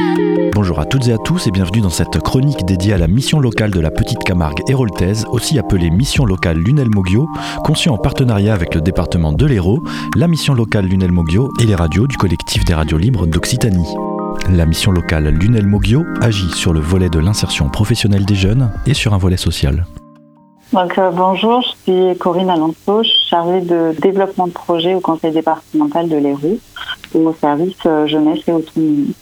Bonjour à toutes et à tous et bienvenue dans cette chronique dédiée à la mission locale de la Petite Camargue héroltaise, aussi appelée mission locale Lunel Moggio, conçue en partenariat avec le département de l'Hérault, la mission locale Lunel Moggio et les radios du collectif des radios libres d'Occitanie. La mission locale Lunel Moggio agit sur le volet de l'insertion professionnelle des jeunes et sur un volet social. Bonjour, je suis Corinne Alonso, chargée de développement de projet au conseil départemental de l'Hérault au service jeunesse et autonomie.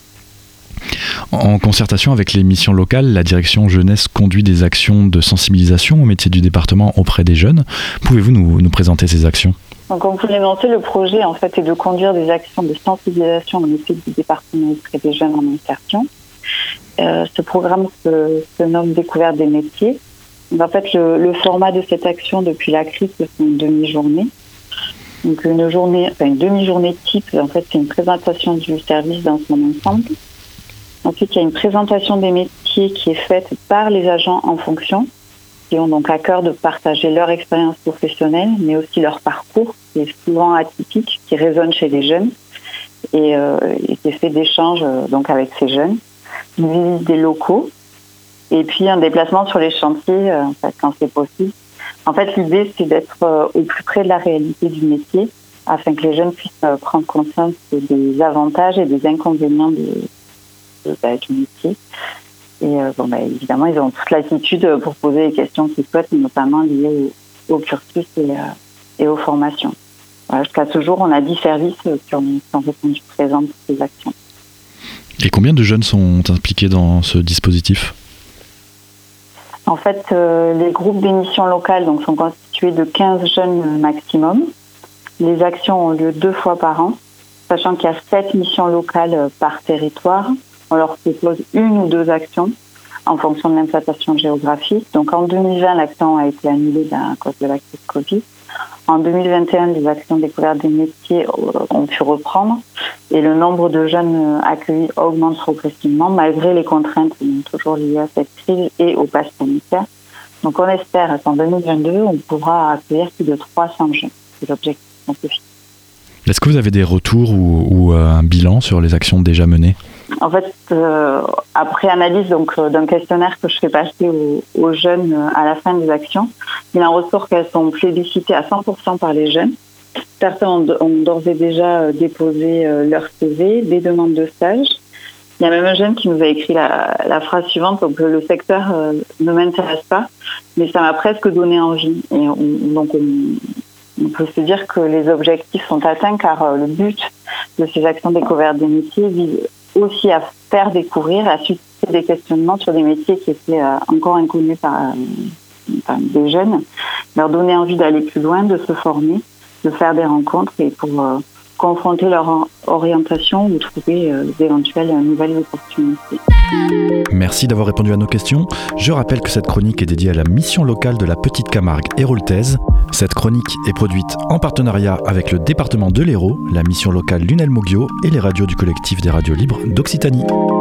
En concertation avec les missions locales, la direction jeunesse conduit des actions de sensibilisation au métier du département auprès des jeunes. Pouvez-vous nous présenter ces actions ? Donc, comme vous l'énoncez, le projet est de conduire des actions de sensibilisation au métier du département auprès des jeunes en insertion. Ce programme se nomme Découverte des métiers. Donc, en fait, le format de cette action depuis la crise, c'est une demi-journée. Donc une demi-journée type, en fait, c'est une présentation du service dans son ensemble. Ensuite, il y a une présentation des métiers qui est faite par les agents en fonction, qui ont donc à cœur de partager leur expérience professionnelle, mais aussi leur parcours, qui est souvent atypique, qui résonne chez les jeunes, et qui est fait d'échanges donc avec ces jeunes. Une visite des locaux, et puis un déplacement sur les chantiers, quand c'est possible. En fait, l'idée, c'est d'être au plus près de la réalité du métier, afin que les jeunes puissent prendre conscience des avantages et des inconvénients du métier. Et évidemment, ils ont toute l'attitude pour poser les questions qu'ils souhaitent, notamment liées au cursus et aux formations. Voilà, jusqu'à ce jour, on a 10 services qui ont répondu présents pour ces actions. Et combien de jeunes sont impliqués dans ce dispositif ? En fait, les groupes d'émissions locales sont constitués de 15 jeunes maximum. Les actions ont lieu 2 fois par an, sachant qu'il y a 7 missions locales par territoire. On leur propose 1 ou 2 actions en fonction de l'implantation géographique. Donc en 2020, l'action a été annulée à cause de la crise Covid. En 2021, les actions découvertes des métiers ont pu reprendre et le nombre de jeunes accueillis augmente progressivement malgré les contraintes toujours liées à cette crise et au pass sanitaire. Donc on espère qu'en 2022, on pourra accueillir plus de 300 jeunes. C'est l'objectif qu'on se fixe. Est-ce que vous avez des retours ou un bilan sur les actions déjà menées ? En fait, après analyse d'un questionnaire que je fais passer aux jeunes à la fin des actions, il en ressort qu'elles sont plébiscitées à 100% par les jeunes. Certains ont d'ores et déjà déposé leur CV, des demandes de stage. Il y a même un jeune qui nous a écrit la phrase suivante, donc le secteur ne m'intéresse pas, mais ça m'a presque donné envie. Et on peut se dire que les objectifs sont atteints car le but de ces actions découvertes des métiers vise aussi à faire découvrir, à susciter des questionnements sur des métiers qui étaient encore inconnus par des jeunes, leur donner envie d'aller plus loin, de se former, de faire des rencontres et pour confronter leur orientation ou trouver d'éventuelles nouvelles opportunités. Merci d'avoir répondu à nos questions. Je rappelle que cette chronique est dédiée à la mission locale de la Petite Camargue héroltaise. Cette chronique est produite en partenariat avec le département de l'Hérault, la mission locale Lunel Moggio et les radios du collectif des radios libres d'Occitanie.